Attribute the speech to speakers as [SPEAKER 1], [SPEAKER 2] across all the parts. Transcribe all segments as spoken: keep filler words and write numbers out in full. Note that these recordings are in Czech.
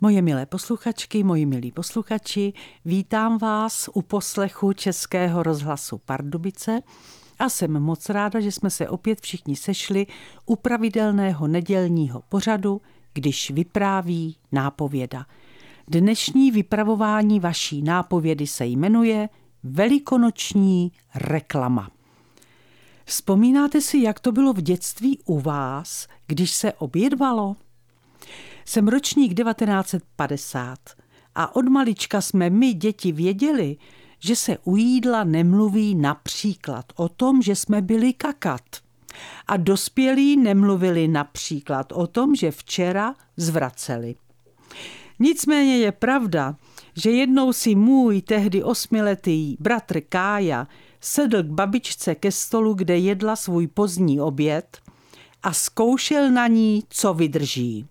[SPEAKER 1] Moje milé posluchačky, moji milí posluchači, vítám vás u poslechu Českého rozhlasu Pardubice a jsem moc ráda, že jsme se opět všichni sešli u pravidelného nedělního pořadu, když vypráví nápověda. Dnešní vypravování vaší nápovědy se jmenuje Velikonoční reklama. Vzpomínáte si, jak to bylo v dětství u vás, když se obědvalo? Jsem ročník devatenáct set padesát a od malička jsme my děti věděli, že se u jídla nemluví například o tom, že jsme byli kakat. A dospělí nemluvili například o tom, že včera zvraceli. Nicméně je pravda, že jednou si můj tehdy osmiletý bratr Kája sedl k babičce ke stolu, kde jedla svůj pozdní oběd a zkoušel na ní, co vydrží.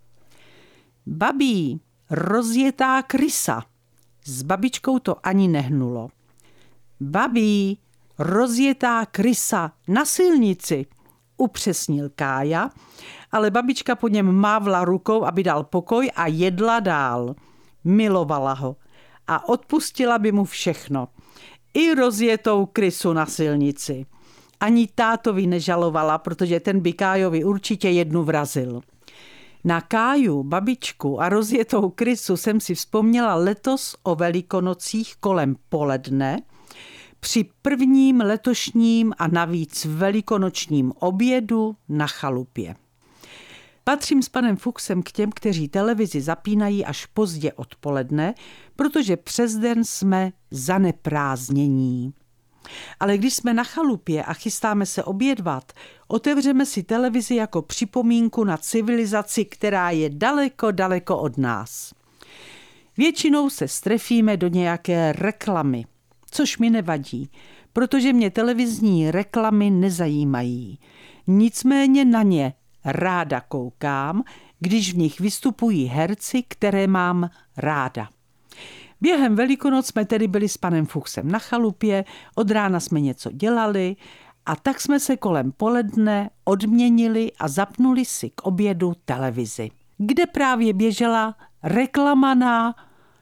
[SPEAKER 1] Babí, rozjetá krysa. S babičkou to ani nehnulo. Babí, rozjetá krysa na silnici, upřesnil Kája, ale babička po něm mávla rukou, aby dal pokoj a jedla dál. Milovala ho a odpustila by mu všechno. I rozjetou krysu na silnici. Ani tátovi nežalovala, protože ten by Kájovi určitě jednu vrazil. Na Káju, babičku a rozjetou krysu jsem si vzpomněla letos o Velikonocích kolem poledne při prvním letošním a navíc velikonočním obědu na chalupě. Patřím s panem Fuchsem k těm, kteří televizi zapínají až pozdě odpoledne, protože přes den jsme zaneprázdnění. Ale když jsme na chalupě a chystáme se obědvat, otevřeme si televizi jako připomínku na civilizaci, která je daleko, daleko od nás. Většinou se strefíme do nějaké reklamy, což mi nevadí, protože mě televizní reklamy nezajímají. Nicméně na ně ráda koukám, když v nich vystupují herci, které mám ráda. Během Velikonoc jsme tedy byli s panem Fuchsem na chalupě, od rána jsme něco dělali a tak jsme se kolem poledne odměnili a zapnuli si k obědu televizi, kde právě běžela reklama na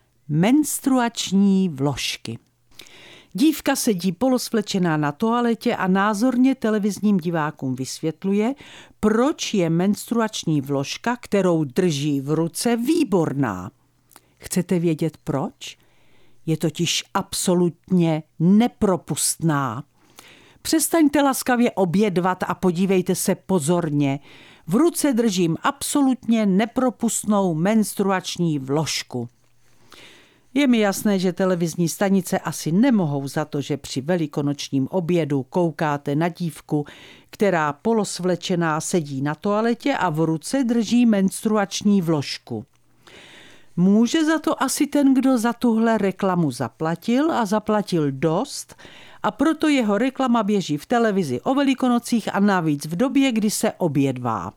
[SPEAKER 1] menstruační vložky. Dívka sedí polosvlečená na toaletě a názorně televizním divákům vysvětluje, proč je menstruační vložka, kterou drží v ruce, výborná. Chcete vědět proč? Je totiž absolutně nepropustná. Přestaňte laskavě obědvat a podívejte se pozorně. V ruce držím absolutně nepropustnou menstruační vložku. Je mi jasné, že televizní stanice asi nemohou za to, že při velikonočním obědu koukáte na dívku, která polosvlečená sedí na toaletě a v ruce drží menstruační vložku. Může za to asi ten, kdo za tuhle reklamu zaplatil a zaplatil dost a proto jeho reklama běží v televizi o Velikonocích a navíc v době, kdy se obědvá.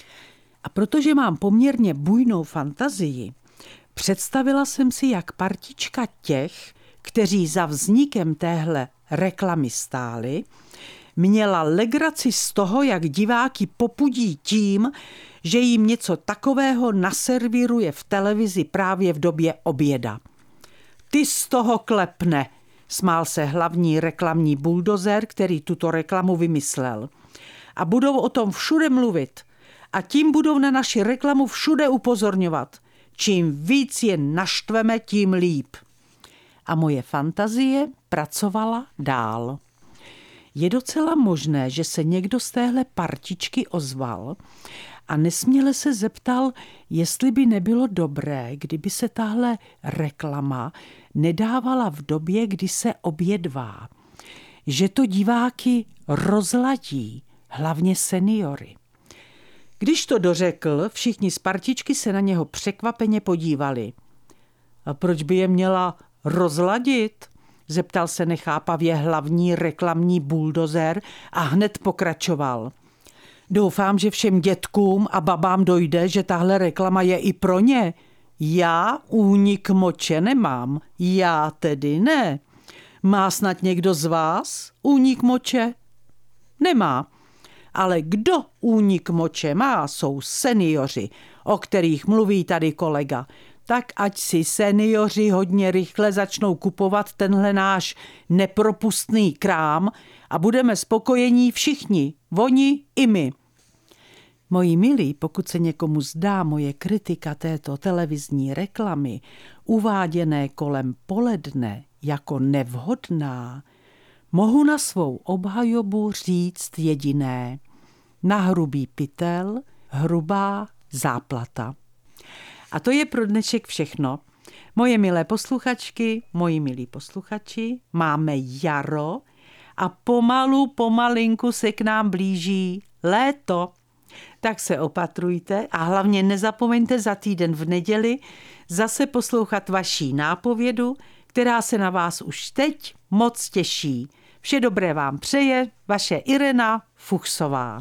[SPEAKER 1] A protože mám poměrně bujnou fantazii, představila jsem si, jak partička těch, kteří za vznikem téhle reklamy stáli, měla legraci z toho, jak diváky popudí tím, že jim něco takového naservíruje v televizi právě v době oběda. Ty z toho klepne, smál se hlavní reklamní buldozer, který tuto reklamu vymyslel. A budou o tom všude mluvit. A tím budou na naši reklamu všude upozorňovat. Čím víc je naštveme, tím líp. A moje fantazie pracovala dál. Je docela možné, že se někdo z téhle partičky ozval a nesměle se zeptal, jestli by nebylo dobré, kdyby se tahle reklama nedávala v době, kdy se obědvá. Že to diváky rozladí, hlavně seniory. Když to dořekl, všichni z partičky se na něho překvapeně podívali. A proč by je měla rozladit? Zeptal se nechápavě hlavní reklamní buldozer a hned pokračoval. Doufám, že všem dětkům a babám dojde, že tahle reklama je i pro ně. Já únik moče nemám, já tedy ne. Má snad někdo z vás únik moče? Nemá. Ale kdo únik moče má, jsou seniori, o kterých mluví tady kolega. tak ať si seniori hodně rychle začnou kupovat tenhle náš nepropustný krám a budeme spokojení všichni, oni i my. Moji milí, pokud se někomu zdá moje kritika této televizní reklamy, uváděné kolem poledne jako nevhodná, mohu na svou obhajobu říct jediné. Na hrubý pytel, hrubá záplata. A to je pro dnešek všechno. Moje milé posluchačky, moji milí posluchači, máme jaro a pomalu, pomalinku se k nám blíží léto. Tak se opatrujte a hlavně nezapomeňte za týden v neděli zase poslouchat vaší nápovědu, která se na vás už teď moc těší. Vše dobré vám přeje vaše Irena Fuchsová.